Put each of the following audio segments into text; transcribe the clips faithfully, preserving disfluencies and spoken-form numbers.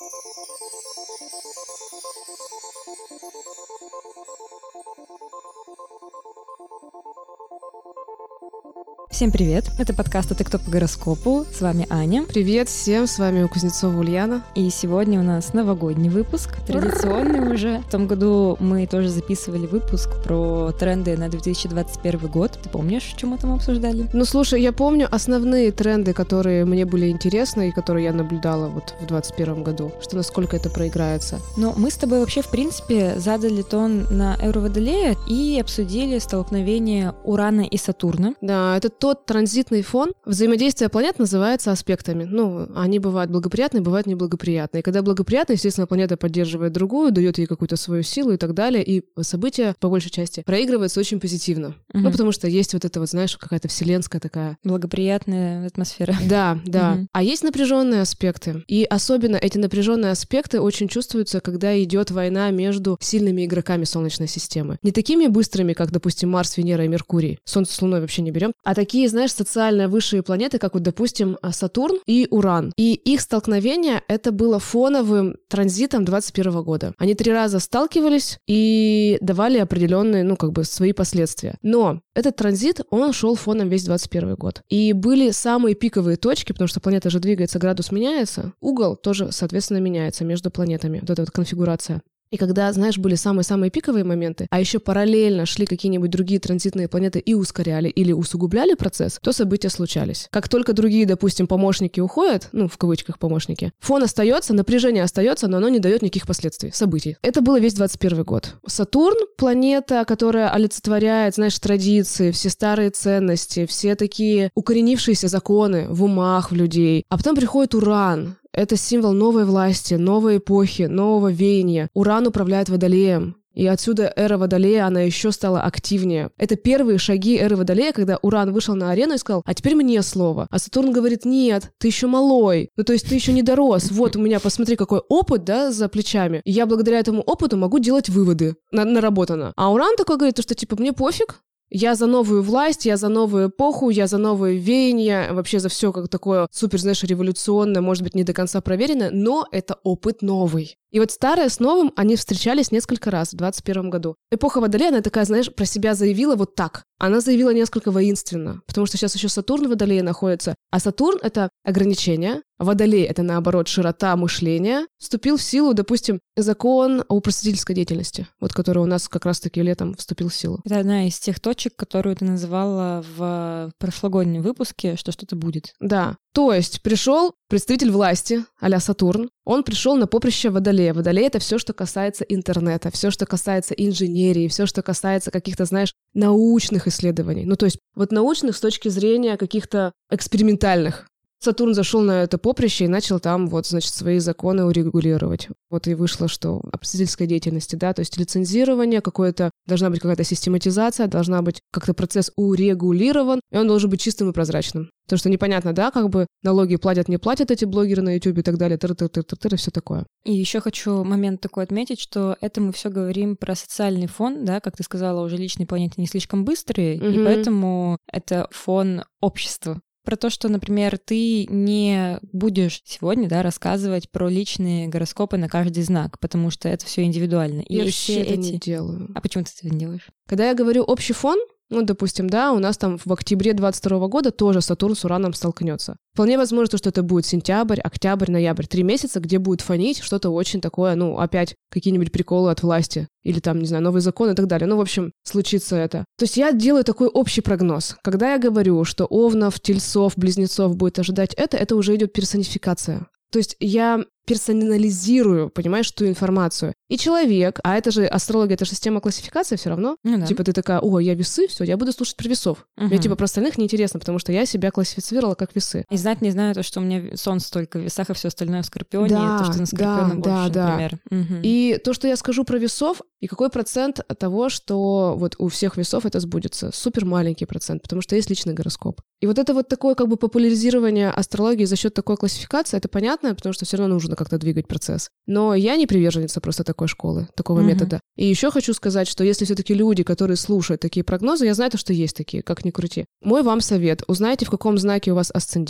Всем привет! Это подкаст «А ты кто по гороскопу?» С вами Аня. Привет всем, с вами Кузнецова Ульяна. И сегодня у нас новогодний выпуск, традиционный уже. В том году мы тоже записывали выпуск про тренды на две тысячи двадцать первый год. Ты помнишь, что мы там обсуждали? Ну, слушай, я помню основные тренды, которые мне были интересны и которые я наблюдала вот в двадцать первом году, что насколько это проиграется. Но мы с тобой вообще, в принципе, задали тон на Эру Водолея и обсудили столкновение Урана и Сатурна. Да, это тот транзитный фон. Взаимодействие планет называется аспектами. Ну, они бывают благоприятные, бывают неблагоприятные. И когда благоприятные, естественно, планета поддерживает другую, дает ей какую-то свою силу и так далее, и события, по большей части, проигрываются очень позитивно. Угу. Ну, потому что есть вот это вот, знаешь, какая-то вселенская такая... Благоприятная атмосфера. Да, да. Угу. А есть напряженные аспекты. И особенно эти напряженные аспекты очень чувствуются, когда идет война между сильными игроками Солнечной системы. Не такими быстрыми, как, допустим, Марс, Венера и Меркурий. Солнце с Луной вообще не берем. А такие, знаешь, социально высшие планеты, как вот, допустим, Сатурн и Уран. И их столкновение, это было фоновым транзитом двадцать первого года. Они три раза сталкивались и давали определенные, ну, как бы, свои последствия. Но этот транзит, он шел фоном весь двадцать первый год. И были самые пиковые точки, потому что планета же двигается, градус меняется, угол тоже, соответственно, меняется между планетами. Вот эта вот конфигурация. И когда, знаешь, были самые-самые пиковые моменты, а еще параллельно шли какие-нибудь другие транзитные планеты и ускоряли или усугубляли процесс, то события случались. Как только другие, допустим, помощники уходят, ну, в кавычках помощники, фон остается, напряжение остается, но оно не дает никаких последствий, событий. Это было весь двадцать первый год. Сатурн — планета, которая олицетворяет, знаешь, традиции, все старые ценности, все такие укоренившиеся законы в умах в людей. А потом приходит Уран. Это символ новой власти, новой эпохи, нового веяния. Уран управляет Водолеем. И отсюда эра Водолея, она еще стала активнее. Это первые шаги эры Водолея, когда Уран вышел на арену и сказал: а теперь мне слово. А Сатурн говорит: нет, ты еще малой. Ну, то есть ты еще не дорос. Вот у меня, посмотри, какой опыт, да, за плечами. И я благодаря этому опыту могу делать выводы. На- наработано. А Уран такой говорит, что типа мне пофиг. Я за новую власть, я за новую эпоху, я за новые веяния, вообще за все как такое супер, знаешь, революционное, может быть, не до конца проверенное, но это опыт новый. И вот старое с новым, они встречались несколько раз в двадцать первом году. Эпоха Водолея, она такая, знаешь, про себя заявила вот так. Она заявила несколько воинственно, потому что сейчас еще Сатурн в Водолее находится. А Сатурн — это ограничение, а Водолей — это, наоборот, широта мышления. Вступил в силу, допустим, закон о просветительской деятельности, вот который у нас как раз-таки летом вступил в силу. Это одна из тех точек, которую ты называла в прошлогоднем выпуске, что что-то будет. Да. То есть пришел представитель власти, а-ля Сатурн, он пришел на поприще Водолея. Водолей — это все, что касается интернета, все, что касается инженерии, все, что касается каких-то, знаешь, научных исследований. Ну, то есть вот научных с точки зрения каких-то экспериментальных. Сатурн зашел на это поприще и начал там вот, значит, свои законы урегулировать. Вот и вышло, что о просветительской деятельности, да, то есть лицензирование какое-то, должна быть какая-то систематизация, должна быть как-то процесс урегулирован, и он должен быть чистым и прозрачным. Потому что непонятно, да, как бы налоги платят, не платят эти блогеры на YouTube и так далее, тыр-тыр-тыр-тыр и все такое. И еще хочу момент такой отметить, что это мы все говорим про социальный фон, да, как ты сказала, уже личные планеты не слишком быстрые, mm-hmm. и поэтому это фон общества. Про то, что, например, ты не будешь сегодня, да, рассказывать про личные гороскопы на каждый знак, потому что это все индивидуально. И я все вообще это эти... не делаю. А почему ты это не делаешь? Когда я говорю общий фон, ну, допустим, да, у нас там в октябре двадцать второго года тоже Сатурн с Ураном столкнется. Вполне возможно, что это будет сентябрь, октябрь, ноябрь. Три месяца, где будет фонить что-то очень такое, ну, опять какие-нибудь приколы от власти. Или там, не знаю, новый закон и так далее. Ну, в общем, случится это. То есть я делаю такой общий прогноз. Когда я говорю, что Овнов, Тельцов, Близнецов будет ожидать это, это уже идет персонификация. То есть я персонализирую, понимаешь, ту информацию. И человек, а это же астрология, это же система классификации все равно. Ну, да. Типа ты такая: о, я весы, все, я буду слушать про весов. Угу. Мне типа про остальных неинтересно, потому что я себя классифицировала как весы. И знать не знаю то, что у меня солнце только в весах, а все остальное в Скорпионе, да, и то, что на Скорпиона да, больше, да, например. Да. Угу. И то, что я скажу про весов, и какой процент от того, что вот у всех весов это сбудется. Супер маленький процент, потому что есть личный гороскоп. И вот это вот такое как бы популяризирование астрологии за счет такой классификации, это понятно, потому что все равно нужно как-то двигать процесс. Но я не приверженница просто такой школы, такого mm-hmm. метода. И еще хочу сказать, что если все-таки люди, которые слушают такие прогнозы, я знаю то, что есть такие, как ни крути. Мой вам совет: узнайте, в каком знаке у вас асцендент,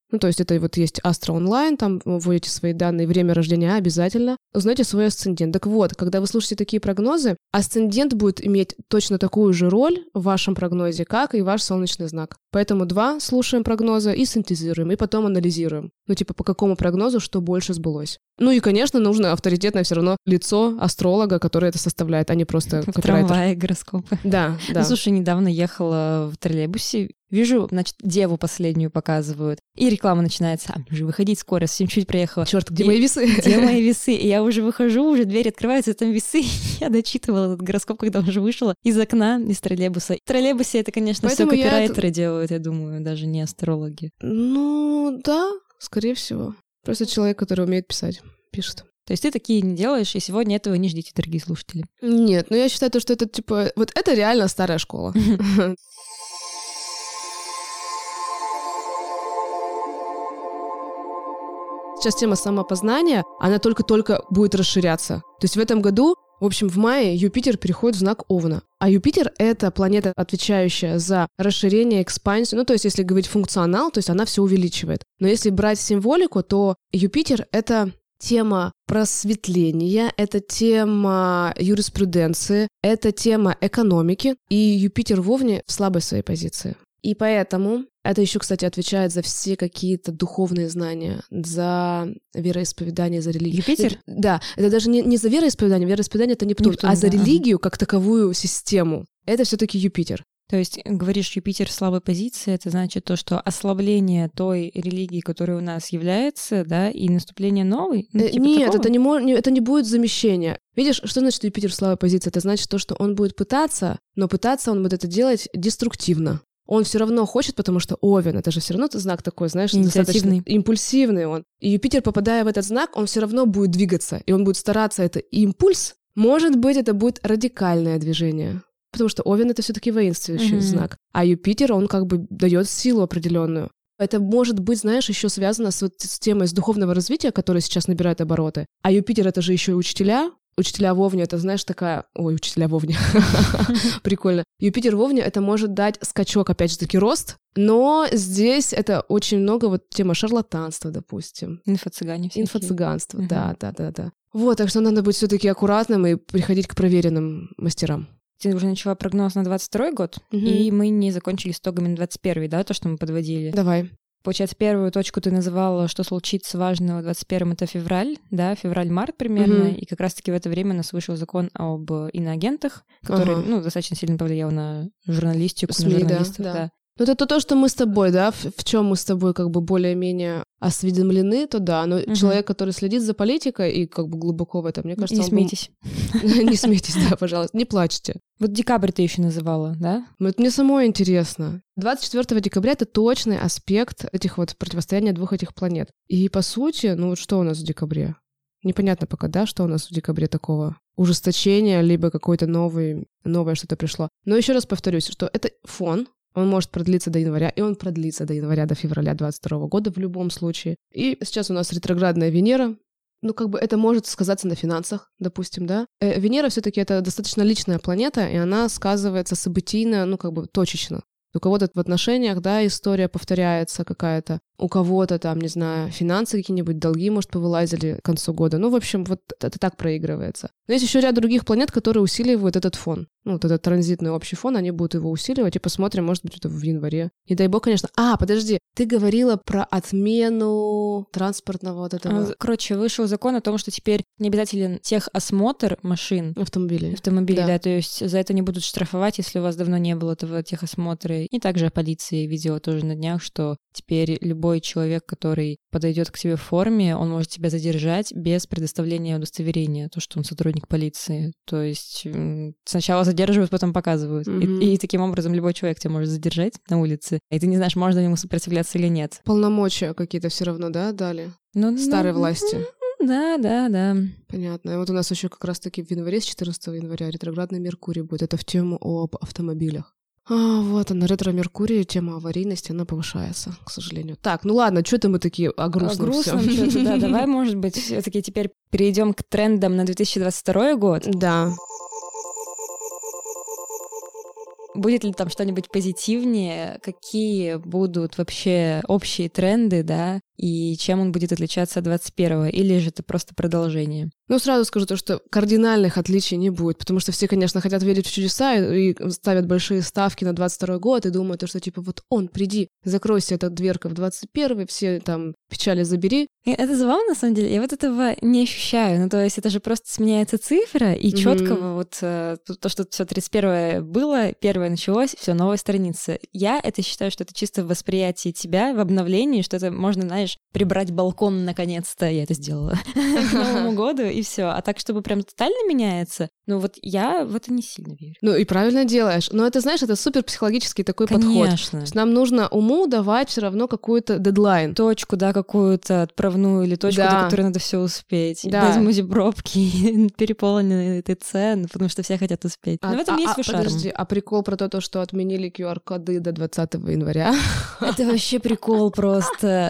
Ну, то есть это вот есть Астро онлайн, там вводите свои данные, время рождения обязательно. Узнайте свой асцендент. Так вот, когда вы слушаете такие прогнозы, асцендент будет иметь точно такую же роль в вашем прогнозе, как и ваш солнечный знак. Поэтому два, слушаем прогнозы и синтезируем, и потом анализируем. Ну, типа, по какому прогнозу что больше сбылось. Ну и, конечно, нужно авторитетное все равно лицо астролога, который это составляет, а не просто В копирайтер. трамвае гороскопы. Да, да. Ну, слушай, недавно ехала в троллейбусе, вижу, значит, деву последнюю показывают, и реклама начинается. А, уже выходить скоро, совсем чуть приехала. Черт, где И мои весы? Где мои весы? И я уже выхожу, уже дверь открывается, там весы. Я дочитывала этот гороскоп, когда уже вышла из окна, из троллейбуса. В троллейбусе это, конечно, все Поэтому я копирайтеры делают, я думаю, даже не астрологи. Ну, да, скорее всего. Просто человек, который умеет писать, пишет. То есть ты такие не делаешь, и сегодня этого не ждите, дорогие слушатели. Нет, ну я считаю, то, что это, типа, вот это реально старая школа. Сейчас тема самопознания, она только-только будет расширяться. То есть в этом году, в общем, в мае Юпитер переходит в знак Овна. А Юпитер — это планета, отвечающая за расширение, экспансию. Ну, то есть если говорить функционал, то есть она все увеличивает. Но если брать символику, то Юпитер — это тема просветления, это тема юриспруденции, это тема экономики. И Юпитер в Овне в слабой своей позиции. И поэтому это еще, кстати, отвечает за все какие-то духовные знания, за вероисповедание, за религию. Юпитер? Да, это даже не, не за вероисповедание, вероисповедание — это Нептун, Нептун, а за да, религию как таковую систему. Это все-таки Юпитер. То есть, говоришь, Юпитер в слабой позиции, это значит то, что ослабление той религии, которая у нас является, да, и наступление новой? Ну, типа Нет, такого? это не, мо- не- это не будет замещение. Видишь, что значит Юпитер в слабой позиции? Это значит то, что он будет пытаться, но пытаться он будет это делать деструктивно. Он все равно хочет, потому что Овен, это же все равно знак такой, знаешь, Инициативный. достаточно импульсивный он. И Юпитер, попадая в этот знак, он все равно будет двигаться, и он будет стараться это импульс. Может быть, это будет радикальное движение, потому что Овен — это все-таки воинствующий Mm-hmm. знак, а Юпитер, он как бы дает силу определенную. Это может быть, знаешь, еще связано с, вот, с темой с духовного развития, которая сейчас набирает обороты. А Юпитер — это же еще и учителя. Учителя в Овне — это, знаешь, такая... Ой, учителя в Овне. Прикольно. Юпитер в Овне — это может дать скачок, опять же таки, рост, но здесь это очень много вот тема шарлатанства, допустим. Инфо-цыгане всякие. Инфо-цыганство, Мгм. да, да, да, да. Вот, так что надо быть все-таки аккуратным и приходить к проверенным мастерам. Ты уже начала прогноз на двадцать второй год, Мгм. и мы не закончили с итогами на двадцать первый, да, то, что мы подводили. Давай. Получается, первую точку ты называла, что случится важного в двадцать первом, это февраль, да, февраль-март примерно, Мгм. и как раз-таки в это время у нас вышел закон об иноагентах, который, Ага. ну, достаточно сильно повлиял на журналистику, СМИ, на да, журналистов, да. да. Ну, это то, то, что мы с тобой, да, в, в чем мы с тобой как бы более-менее осведомлены, то да, но Мгм. человек, который следит за политикой и как бы глубоко в этом, мне кажется, Не он бы- смейтесь. Не смейтесь, да, пожалуйста, не плачьте. Вот декабрь ты еще называла, да? Вот мне самое интересно. двадцать четвёртого декабря — это точный аспект этих вот противостояния двух этих планет. И, по сути, ну вот что у нас в декабре? Непонятно пока, да, что у нас в декабре такого ужесточения, либо какое-то новый, новое что-то пришло. Но еще раз повторюсь, что это фон, он может продлиться до января, и он продлится до января, до февраля двадцать второго года в любом случае. И сейчас у нас ретроградная Венера. Ну, как бы это может сказаться на финансах, допустим, да. Э, Венера все-таки это достаточно личная планета, и она сказывается событийно, ну, как бы точечно. У кого-то в отношениях, да, история повторяется какая-то. У кого-то там, не знаю, финансы какие-нибудь, долги, может, повылазили к концу года. Ну, в общем, вот это так проигрывается. Но есть еще ряд других планет, которые усиливают этот фон. Ну, вот этот транзитный общий фон, они будут его усиливать. И посмотрим, может быть, это в январе. Не дай бог, конечно. А, подожди, ты говорила про отмену транспортного вот этого... А, Короче, вышел закон о том, что теперь не обязателен техосмотр машин, автомобилей. автомобилей, Да. да. то есть за это не будут штрафовать, если у вас давно не было этого техосмотра. И также о полиции видела тоже на днях, что теперь любой человек, который подойдет к тебе в форме, он может тебя задержать без предоставления удостоверения, то, что он сотрудник полиции. То есть м, сначала задерживают, потом показывают. Мгм. И, и таким образом любой человек тебя может задержать на улице, и ты не знаешь, можно ему сопротивляться или нет. Полномочия какие-то все равно, да, дали? Ну, Старой ну, власти. Да, да, да. Понятно. И вот у нас еще как раз-таки в январе, с четырнадцатого января, ретроградный Меркурий будет. Это в тему об автомобилях. А, вот она, ретро-Меркурий, тема аварийности, она повышается, к сожалению. Так, ну ладно, что-то мы такие о грустном О грустном всем. что-то, да. Давай, может быть, все-таки теперь перейдем к трендам на две тысячи двадцать второй год. Да. будет ли там что-нибудь позитивнее, какие будут вообще общие тренды, да, и чем он будет отличаться от двадцать первого, или же это просто продолжение? Ну, сразу скажу то, что кардинальных отличий не будет, потому что все, конечно, хотят верить в чудеса и, и ставят большие ставки на двадцать второй год и думают, то, что типа вот он, приди, закройся эта дверка в двадцать первый, все там печали забери. И это забавно, на самом деле, я вот этого не ощущаю, ну, то есть это же просто сменяется цифра, и mm-hmm. четкого вот э, то, что все тридцать первое было, первое началось, все новая страница. Я это считаю, что это чисто в восприятии тебя, в обновлении, что это можно, знаешь, прибрать балкон наконец-то, я это сделала, к Новому году, и все. А так, чтобы прям тотально меняется, ну вот я в это не сильно верю. Ну и правильно делаешь. Но это, знаешь, это супер психологический такой Конечно. подход. То есть нам нужно уму давать все равно какой-то дедлайн. Точку, да, какую-то отправную или точку, да. до которой надо все успеть. Да. Без музи-пробки, переполненные ТЦ, потому что все хотят успеть. А, Но в этом а, есть а, свой шарм. Подожди, а прикол про то, что отменили ку ар-коды до двадцатого января? Это вообще прикол просто.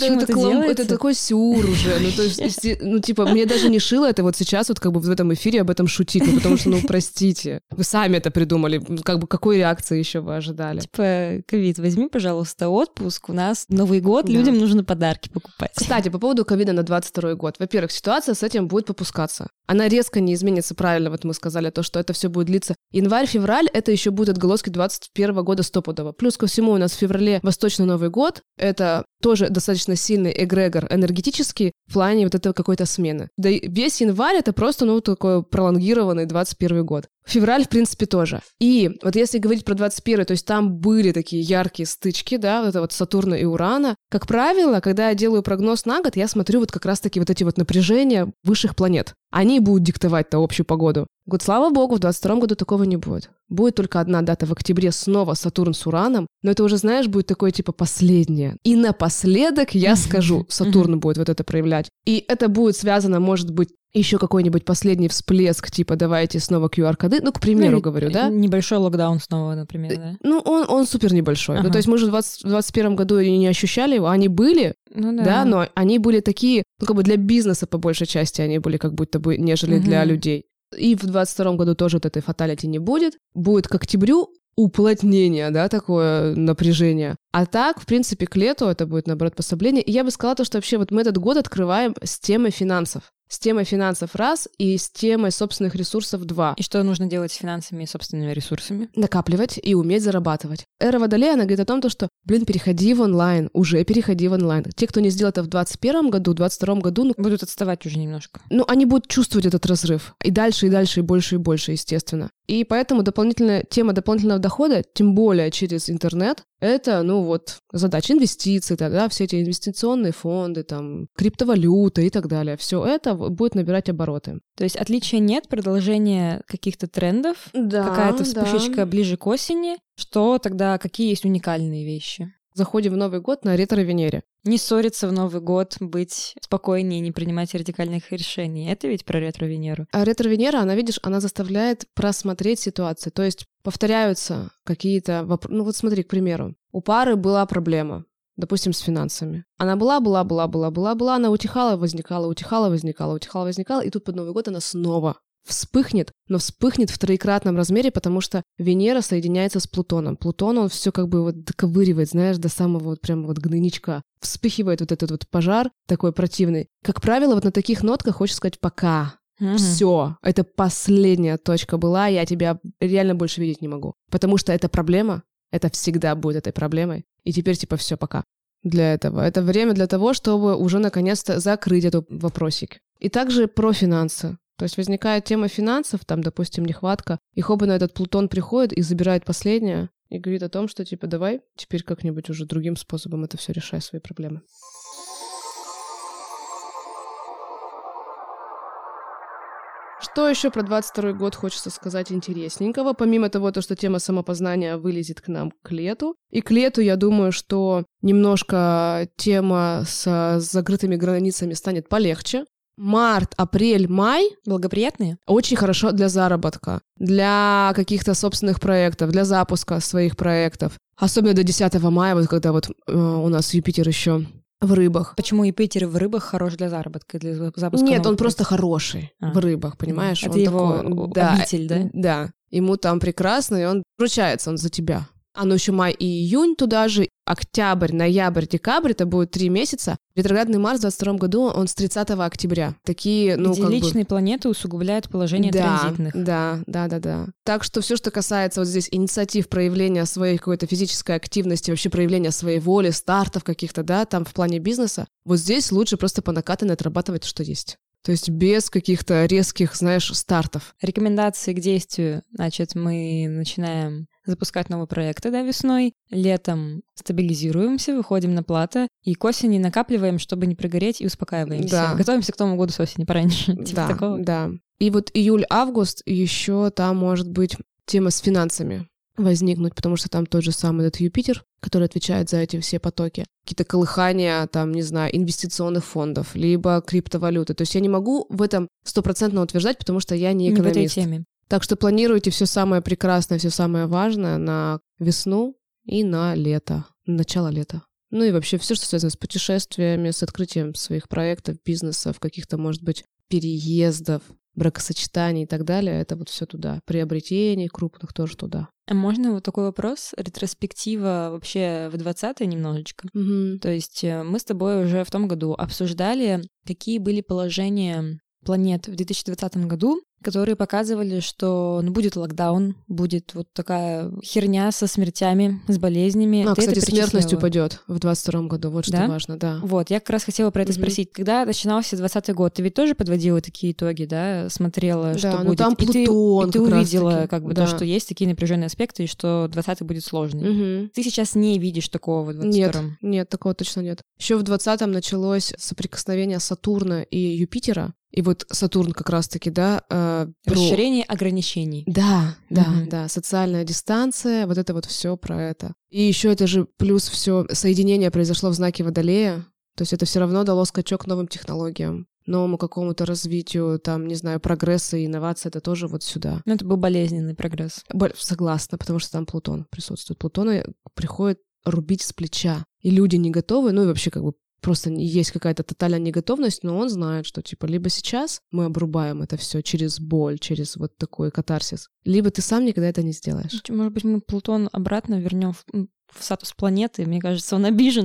Это такой сюр уже. Ну, то есть, ну, типа, мне даже не шило это вот сейчас вот как бы в этом эфире об этом шутить, ну, потому что, ну, простите, вы сами это придумали, как бы какой реакции еще вы ожидали? Типа, ковид, возьми, пожалуйста, отпуск, у нас Новый год, да. Людям нужно подарки покупать. Кстати, по поводу ковида на двадцать второй год. Во-первых, ситуация с этим будет попускаться. Она резко не изменится, правильно, вот мы сказали, то, что это все будет длиться. Январь-февраль — это еще будут отголоски двадцать первого года стопудово. Плюс ко всему у нас в феврале Восточный Новый год. Это тоже достаточно сильный эгрегор энергетический в плане вот этого какой-то смены. Да и весь январь — это просто, ну, такой пролонгированный двадцать первый год. Февраль, в принципе, тоже. И вот если говорить про двадцать первый, то есть там были такие яркие стычки, да, вот это вот Сатурна и Урана. Как правило, когда я делаю прогноз на год, я смотрю вот как раз-таки вот эти вот напряжения высших планет. Они будут диктовать-то общую погоду. Год, слава богу, в двадцать втором году такого не будет. Будет только одна дата в октябре, снова Сатурн с Ураном, но это уже, знаешь, будет такое типа последнее. И напоследок я скажу, Сатурн будет вот это проявлять. И это будет связано, может быть, еще какой-нибудь последний всплеск, типа давайте снова ку ар-коды, ну, к примеру, ну, говорю, да? Небольшой локдаун снова, например, да? Ну, он, он супер небольшой. Ага. Ну, то есть мы же в двадцать первом году и не ощущали его, они были, ну, да. да, но они были такие, ну, как бы для бизнеса по большей части они были как будто бы, нежели угу. для людей. И в двадцать втором году тоже вот этой фаталити не будет. Будет к октябрю уплотнение, да, такое напряжение. А так, в принципе, к лету это будет, наоборот, послабление. И я бы сказала то, что вообще вот мы этот год открываем с темой финансов. С темой финансов раз и с темой собственных ресурсов два. И что нужно делать с финансами и собственными ресурсами? Накапливать и уметь зарабатывать. Эра Водолея, она говорит о том, что, блин, переходи в онлайн, уже переходи в онлайн. Те, кто не сделал это в двадцать первом году, в двадцать втором году... Ну, будут отставать уже немножко. Ну, они будут чувствовать этот разрыв. И дальше, и дальше, и больше, и больше, естественно. И поэтому дополнительная тема дополнительного дохода, тем более через интернет, это, ну вот, задача инвестиций, да, все эти инвестиционные фонды, там, криптовалюта и так далее. Все это будет набирать обороты. То есть отличия нет, продолжение каких-то трендов, да, какая-то вспышечка да. ближе к осени. Что тогда, какие есть уникальные вещи? Заходим в Новый год на ретро-Венере. Не ссориться в Новый год, быть спокойнее, не принимать радикальных решений. Это ведь про ретро-Венеру. А ретро-Венера, она, видишь, она заставляет просмотреть ситуацию. То есть повторяются какие-то вопросы. Ну вот смотри, к примеру, у пары была проблема, допустим, с финансами. Она была, была, была, была, была, была, она утихала, возникала, утихала, возникала, утихала, возникала, и тут под Новый год она снова вспыхнет, но вспыхнет в троекратном размере, потому что Венера соединяется с Плутоном. Плутон, он все как бы вот доковыривает, знаешь, до самого вот прямо вот гнойничка. Вспыхивает вот этот вот пожар такой противный. Как правило, вот на таких нотках хочешь сказать «пока». Mm-hmm. Все, это последняя точка была, я тебя реально больше видеть не могу. Потому что эта проблема, это всегда будет этой проблемой. И теперь типа все, пока. Для этого. Это время для того, чтобы уже наконец-то закрыть этот вопросик. И также про финансы. То есть возникает тема финансов, там, допустим, нехватка, и хоба на этот Плутон приходит и забирает последнее, и говорит о том, что, типа, давай теперь как-нибудь уже другим способом это все решай, свои проблемы. Что еще про двадцать второй год хочется сказать интересненького? Помимо того, то, что тема самопознания вылезет к нам к лету. И к лету, я думаю, что немножко тема с закрытыми границами станет полегче. Март, апрель, май благоприятные? Очень хорошо для заработка, для каких-то собственных проектов, для запуска своих проектов. Особенно до десятого мая, вот когда вот э, у нас Юпитер еще в рыбах. Почему Юпитер в рыбах хорош для заработка, для запуска? Нет, он проекта? Просто хороший а. в рыбах, понимаешь? Это он его такой, да, обитель, да? Да. ему там прекрасно, и он вручается, он за тебя. А ну еще май и июнь туда же, октябрь, ноябрь, декабрь, это будет три месяца. Ретроградный Марс в двадцать втором году, он с тридцатого октября. Такие, ну, где как личные бы... планеты усугубляют положение да, транзитных. Да, да, да, да. Так что все, что касается вот здесь инициатив, проявления своей какой-то физической активности, вообще проявления своей воли, стартов каких-то, да, там в плане бизнеса, вот здесь лучше просто по накатанной отрабатывать то, что есть. То есть без каких-то резких, знаешь, стартов. Рекомендации к действию. Значит, мы начинаем запускать новые проекты, да, весной. Летом стабилизируемся, выходим на плато. И к осени накапливаем, чтобы не прогореть, и успокаиваемся. Да. Готовимся к Новому году с осени пораньше. Типа да, такого. Да. И вот июль-август еще там может быть тема с финансами возникнуть, потому что там тот же самый этот Юпитер, который отвечает за эти все потоки. Какие-то колыхания, там, не знаю, инвестиционных фондов, либо криптовалюты. То есть я не могу в этом стопроцентно утверждать, потому что я не экономист. Не в этой теме. Так что планируйте все самое прекрасное, все самое важное на весну и на лето, на начало лета. Ну и вообще все, что связано с путешествиями, с открытием своих проектов, бизнесов, каких-то, может быть, переездов, бракосочетаний и так далее, это вот все туда. Приобретений крупных тоже туда. А можно вот такой вопрос? Ретроспектива вообще в двадцатый немножечко. Угу. То есть мы с тобой уже в том году обсуждали, какие были положения планет в две тысячи двадцатом году, которые показывали, что ну, будет локдаун, будет вот такая херня со смертями, с болезнями. А, Ты кстати, это смертность упадет в двадцать втором году, вот что да? важно, да. Вот, я как раз хотела про это Угу. спросить. Когда начинался двадцатый год, ты ведь тоже подводила такие итоги, да? Смотрела, да, что ну будет. там и Плутон ты, и ты как увидела, раз-таки. как бы, да. то, что есть такие напряженные аспекты, и что двадцатый будет сложный. Угу. Ты сейчас не видишь такого в двадцать втором? Нет, нет, такого точно нет. Еще в двадцатом началось соприкосновение Сатурна и Юпитера. И вот Сатурн как раз-таки, да... Э, про... Расширение ограничений. Да, да, Мгм. да. Социальная дистанция, вот это вот все про это. И еще это же плюс все соединение произошло в знаке Водолея. То есть это все равно дало скачок новым технологиям, новому какому-то развитию, там, не знаю, прогресса и инноваций. Это тоже вот сюда. Ну, это был болезненный прогресс. Бо- Согласна, потому что там Плутон присутствует. Плутон приходит рубить с плеча. И люди не готовы, ну и вообще как бы просто есть какая-то тотальная неготовность, но он знает, что типа либо сейчас мы обрубаем это все через боль, через вот такой катарсис, либо ты сам никогда это не сделаешь. Может быть, мы Плутон обратно вернем в, в статус планеты. Мне кажется, он обижен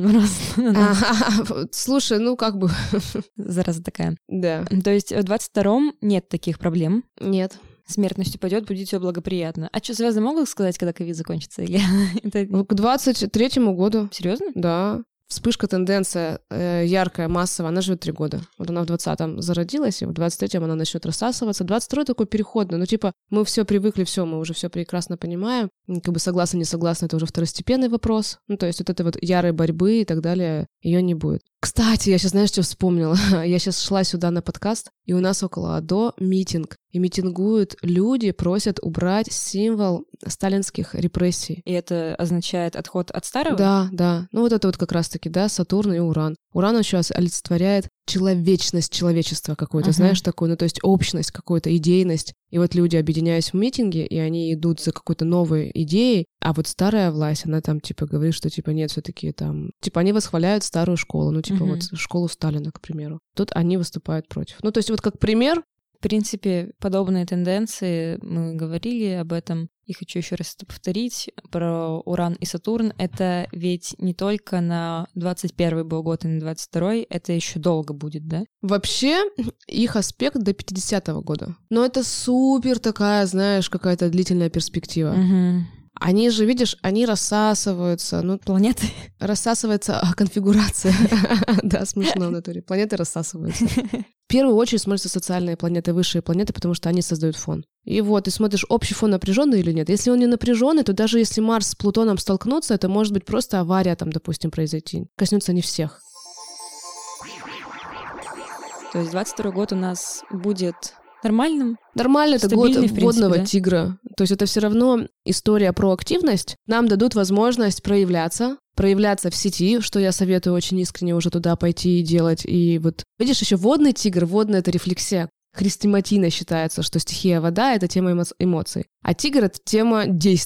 просто. Слушай, ну как бы... Зараза такая. Да. То есть в двадцать втором нет таких проблем. Нет. Смертность упадет, будет все благоприятно. А что, звезды могут сказать, когда ковид закончится? Или это... К двадцать третьему году. Серьезно? Да. Вспышка, тенденция э, яркая, массовая, она живет три года. Вот она в двадцатом зародилась, и в двадцать третьем она начнет рассасываться. двадцать второй такой переходный. Ну, типа, мы все привыкли, все, мы уже все прекрасно понимаем. Как бы согласны, не согласны, это уже второстепенный вопрос. Ну, то есть вот этой вот ярой борьбы и так далее, ее не будет. Кстати, я сейчас, знаешь, что вспомнила? Я сейчас шла сюда на подкаст, и у нас около АДО митинг. И митингуют люди, просят убрать символ сталинских репрессий. И это означает отход от старого? Да, да. Ну вот это вот как раз-таки, да, Сатурн и Уран. Уран сейчас олицетворяет человечность человечества какой-то, uh-huh. знаешь, такую, ну то есть общность какую-то, идейность. И вот люди, объединяясь в митинге, и они идут за какой-то новой идеей, а вот старая власть, она там типа говорит, что типа нет, все-таки там... Типа они восхваляют старую школу, ну типа uh-huh. вот школу Сталина, к примеру. Тут они выступают против. Ну то есть вот как пример... В принципе, подобные тенденции, мы говорили об этом, и хочу еще раз это повторить, про Уран и Сатурн. Это ведь не только на двадцать первый был год и на двадцать второй, это еще долго будет, да? Вообще, их аспект до пятидесятого года. Но это супер такая, знаешь, какая-то длительная перспектива. Угу. Они же, видишь, они рассасываются. Ну, планеты? Рассасывается конфигурация. Да, смешно в натуре. Планеты рассасываются. В первую очередь смотрятся социальные планеты, высшие планеты, потому что они создают фон. И вот, ты смотришь, общий фон напряженный или нет. Если он не напряженный, то даже если Марс с Плутоном столкнутся, это может быть просто авария, там, допустим, произойти. Коснется не всех. То есть двадцать второй год у нас будет нормальным? Нормально, это год принципе, водного да? тигра. То есть это все равно история про активность. Нам дадут возможность проявляться, проявляться в сети, что я советую очень искренне уже туда пойти и делать. И вот, видишь, еще водный тигр, водная — это рефлексия. Хрестоматийно считается, что стихия вода — это тема эмо- эмоций, а тигр — это тема действий.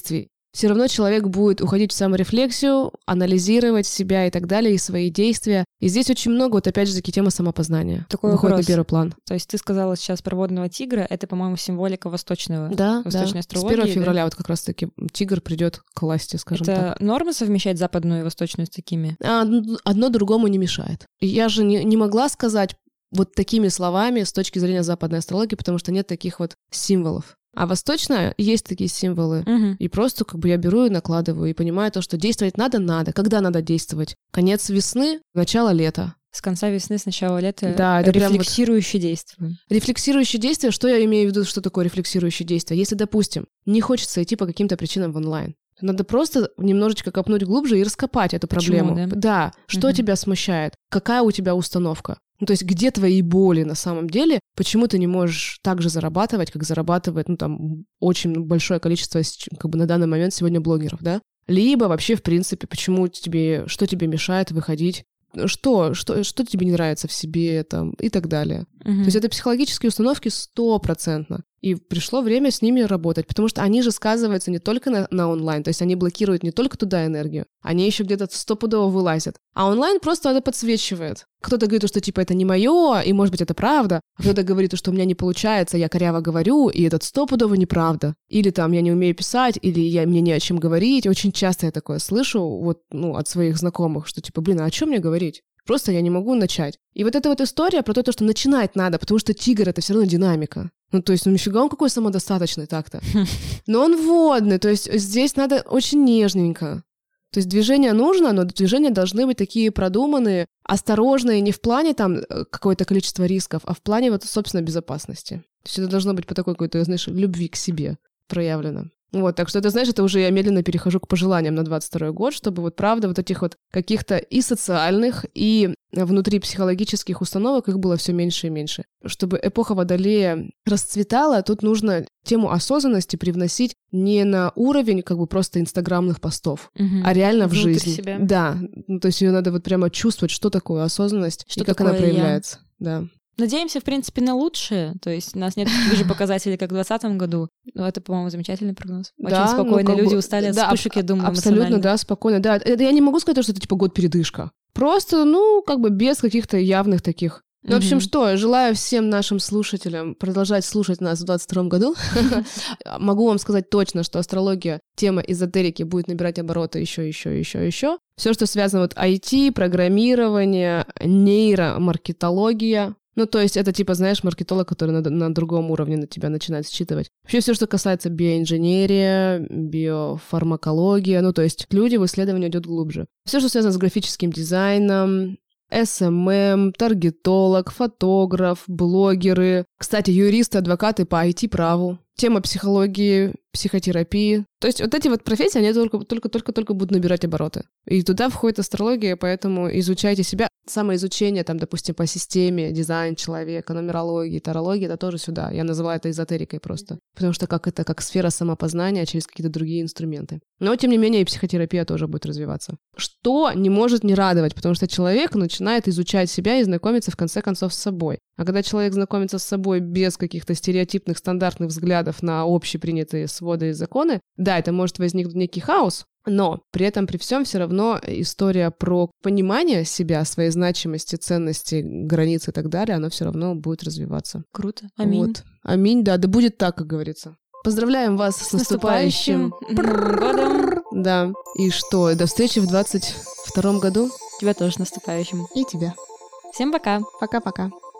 все равно человек будет уходить в саморефлексию, анализировать себя и так далее, и свои действия. И здесь очень много, вот опять же таки, тема самопознания Такой выходит вопрос. на первый план. То есть ты сказала сейчас про водного тигра, это, по-моему, символика восточного. Да, Восточной да. астрологии, С первого февраля да? вот как раз-таки тигр придет к власти, скажем это так. норма совмещать западную и восточную с такими? А одно другому не мешает. Я же не, не могла сказать вот такими словами с точки зрения западной астрологии, потому что нет таких вот символов. А восточная есть такие символы. Угу. И просто как бы я беру и накладываю, и понимаю то, что действовать надо, надо. Когда надо действовать? Конец весны, начало лета. С конца весны, с начала лета Да, это прям вот- рефлексирующие действия. Рефлексирующее действие, что я имею в виду, что такое рефлексирующее действие? Если, допустим, не хочется идти по каким-то причинам в онлайн, то надо просто немножечко копнуть глубже и раскопать эту Почему, проблему. да? Да, что Мгм. тебя смущает? Какая у тебя установка? Ну, то есть где твои боли на самом деле? Почему ты не можешь так же зарабатывать, как зарабатывает, ну, там, очень большое количество, с- как бы на данный момент сегодня блогеров, да? Либо вообще, в принципе, почему тебе, что тебе мешает выходить? Что, что, что тебе не нравится в себе, там, и так далее. Мгм. То есть это психологические установки стопроцентно. И пришло время с ними работать, потому что они же сказываются не только на, на онлайн, то есть они блокируют не только туда энергию, они еще где-то стопудово вылазят. А онлайн просто это подсвечивает. Кто-то говорит, что типа это не мое, и может быть это правда, а кто-то говорит, что у меня не получается, я коряво говорю, и это стопудово неправда. Или там я не умею писать, или я, мне не о чем говорить. Очень часто я такое слышу вот, ну, от своих знакомых, что типа, блин, а о чем мне говорить? Просто я не могу начать. И вот эта вот история про то, что начинать надо, потому что тигр — это все равно динамика. Ну, то есть, ну, нифига он какой самодостаточный так-то. Но он водный, то есть здесь надо очень нежненько. То есть движения нужно, но движения должны быть такие продуманные, осторожные, не в плане там э, какое-то количество рисков, а в плане вот, собственно, безопасности. То есть это должно быть по такой какой-то, знаешь, любви к себе проявлено. Вот, так что это, знаешь, это уже я медленно перехожу к пожеланиям на двадцать второй год, чтобы вот правда вот этих вот каких-то и социальных, и внутри психологических установок их было все меньше и меньше. Чтобы эпоха Водолея расцветала, тут нужно тему осознанности привносить не на уровень как бы просто инстаграмных постов, Мгм. а реально в Внутрь жизни. себя. Да, ну, то есть ее надо вот прямо чувствовать, что такое осознанность Что и как она такое я. проявляется. Да. Надеемся, в принципе, на лучшее. То есть у нас нет таких же показателей, как в двадцатом году. Но это, по-моему, замечательный прогноз. Очень Да, ну, спокойно. как Люди бы, устали от да, вспышек, я думаю, абсолютно, эмоционально. да, спокойно. Да, это я не могу сказать, что это типа год передышка. Просто, ну, как бы без каких-то явных таких. Ну, в общем, Мгм. что, желаю всем нашим слушателям продолжать слушать нас в двадцать втором году. Могу вам сказать точно, что астрология, тема эзотерики будет набирать обороты еще, еще, еще, еще. Все, что связано вот ай ти, программирование, нейромаркетология. Ну, то есть это типа, знаешь, маркетолог, который на, на другом уровне на тебя начинает считывать. Вообще все, что касается биоинженерия, биофармакология, ну, то есть люди в исследовании идут глубже. Все, что связано с графическим дизайном, эс эм эм, таргетолог, фотограф, блогеры. Кстати, юристы, адвокаты по ай ти-праву. Тема психологии, психотерапии. То есть вот эти вот профессии, они только-только-только будут набирать обороты. И туда входит астрология, поэтому изучайте себя. Самоизучение, там, допустим, по системе, дизайн человека, нумерологии, тарологии, это тоже сюда. Я называю это эзотерикой просто. Потому что как это, как сфера самопознания через какие-то другие инструменты. Но, тем не менее, и психотерапия тоже будет развиваться. Что не может не радовать, потому что человек начинает изучать себя и знакомиться, в конце концов, с собой. А когда человек знакомится с собой без каких-то стереотипных, стандартных взглядов на общепринятые своды и законы, да, это может возникнуть некий хаос, но при этом, при всем, все равно история про понимание себя, своей значимости, ценности, границ и так далее, она все равно будет развиваться. Круто. Аминь. Вот. Аминь, да, да будет так, как говорится. Поздравляем вас с, С наступающим наступающим годом. Да. И что, до встречи в двадцать втором году. Тебя тоже с наступающим. И тебя. Всем пока. Пока-пока.